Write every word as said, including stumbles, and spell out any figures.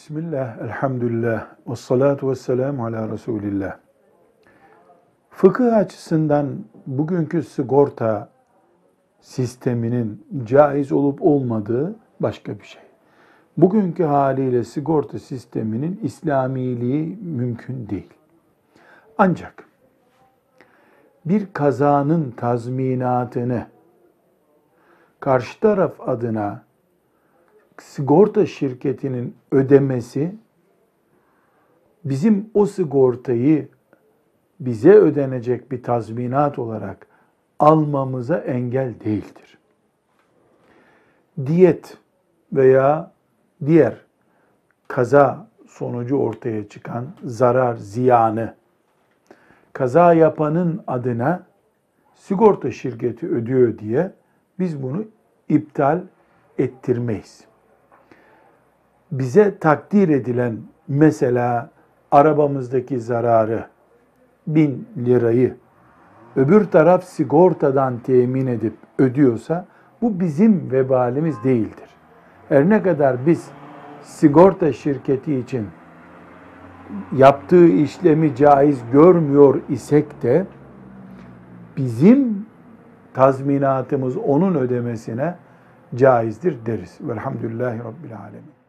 Bismillah, elhamdülillah, ve salatu ve selamu ala Resulillah. Fıkıh açısından bugünkü sigorta sisteminin caiz olup olmadığı başka bir şey. Bugünkü haliyle sigorta sisteminin İslamiliği mümkün değil. Ancak bir kazanın tazminatını karşı taraf adına sigorta şirketinin ödemesi bizim o sigortayı bize ödenecek bir tazminat olarak almamıza engel değildir. Diyet veya diğer kaza sonucu ortaya çıkan zarar, ziyanı kaza yapanın adına sigorta şirketi ödüyor diye biz bunu iptal ettirmeyiz. Bize takdir edilen mesela arabamızdaki zararı bin lirayı öbür taraf sigortadan temin edip ödüyorsa bu bizim vebalimiz değildir. Her ne kadar biz sigorta şirketi için yaptığı işlemi caiz görmüyor isek de bizim tazminatımız onun ödemesine caizdir deriz. Velhamdülillahi Rabbil Alemin.